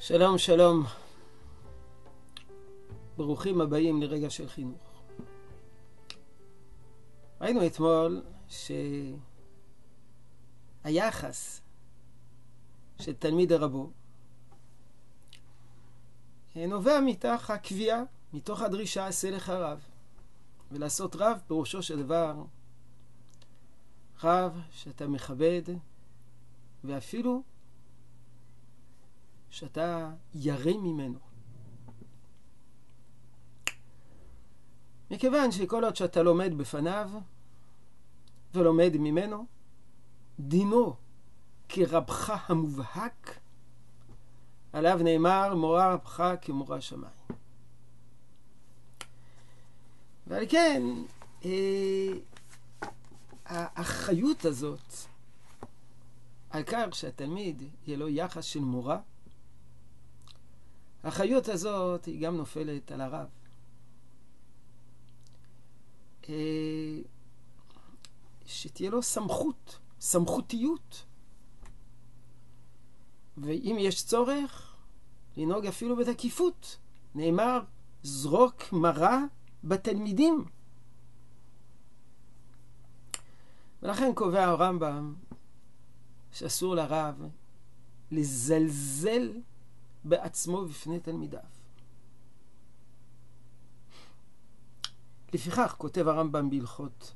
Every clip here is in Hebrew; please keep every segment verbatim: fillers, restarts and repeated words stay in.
שלום שלום, ברוכים הבאים לרגע של חינוך. ראינו אתמול שהיחס של תלמיד הרבו נובע מתוך הקביעה, מתוך הדרישה עשה לך רב. ולעשות רב פירושו של דבר רב שאתה מכבד ואפילו שאתה ירא ממנו. מכיוון שכל עוד שאתה לומד בפניו ולומד ממנו, דינו כרבך המובהק, עליו נאמר מורה רבך כמורה שמיים. ועל כן אה, האחריות הזאת על כך שהתלמיד יהיה לו יחס של מורה, האחריות הזאת היא גם נופלת על הרב. אה, שתהיה לו סמכות, סמכותיות. ואם יש צורך, לנהוג אפילו בתקיפות. נאמר, זרוק מרה בתלמידים. ולכן קובע הרמב"ם שאסור לרב לזלזל בעצמו בפני תלמידיו. לפיכך כותב הרמב"ם בהלכות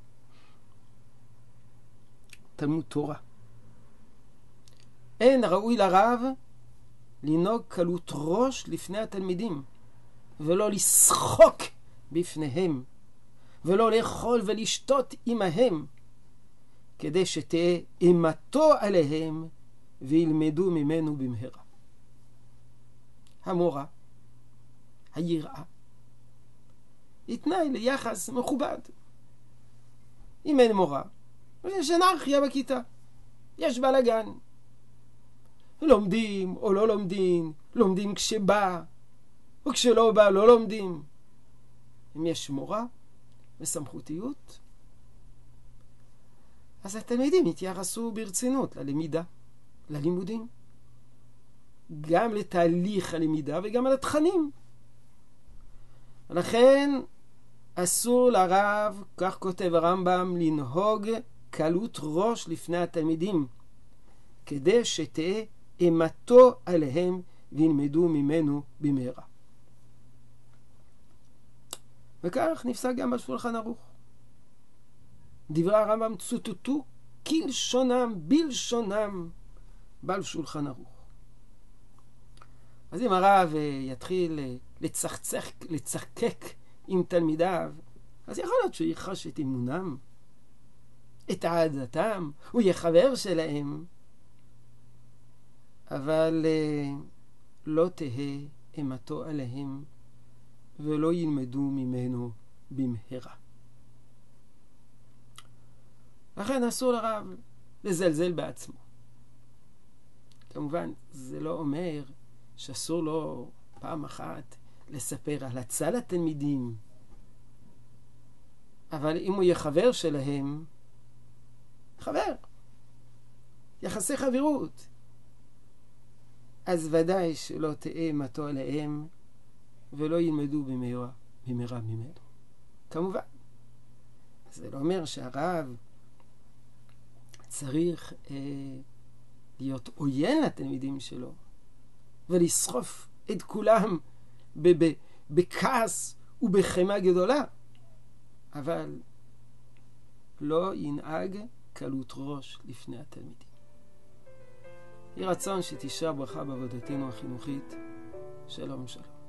תלמוד תורה, אין ראוי לרב לנהוג קלות ראש לפני התלמידים, ולא לשחוק בפניהם, ולא לאכול ולשתות עמהם, כדי שתהיה אימתו עליהם וילמדו ממנו במהרה. המורה, היראה, היא תנאי ליחס מכובד. אם אין מורה, יש אנרכיה בכיתה, יש בלגן. לומדים או לא לומדים, לומדים כשבא, או כשלא בא לא לומדים. אם יש מורה וסמכותיות, אז התלמידים יתייחסו ברצינות ללמידה, ללימודים. גם לתהליך הלמידה וגם על התכנים. לכן אסור לרב, כך כותב הרמב"ם, לנהוג קלות ראש לפני התלמידים, כדי שתהיה אימתו עליהם וילמדו ממנו במהרה. וכך נפסק גם בשולחן ערוך. דברי הרמב"ם צוטטו כלשונם בלשונם בשולחן ערוך. אז אם הרב יתחיל לצחצח, לצחקק עם תלמידיו, אז יכול להיות שהוא יחש את אמונם, את אהדתם, הוא יהיה חבר שלהם, אבל לא תהא אימתו עליהם ולא ילמדו ממנו במהרה. לכן אסור לרב לזלזל בעצמו. כמובן, זה לא אומר שאסור לו פעם אחת לספר על הצל התלמידים. אבל אם הוא יהיה חבר שלהם, חבר, יחסי חברות, אז ודאי שלא תהיה אימתו עליהם ולא ילמדו במהרה, במהרה ממנו. כמובן, זה לא אומר שהרב צריך אה, להיות עוין לתלמידים שלו ולסחוף את כולם ב- ב- בכעס ובחמה גדולה, אבל לא ינהג קלות ראש לפני התלמידים. יהי רצון שתשרה ברכה בעבודתנו החינוכית. שלום שלום.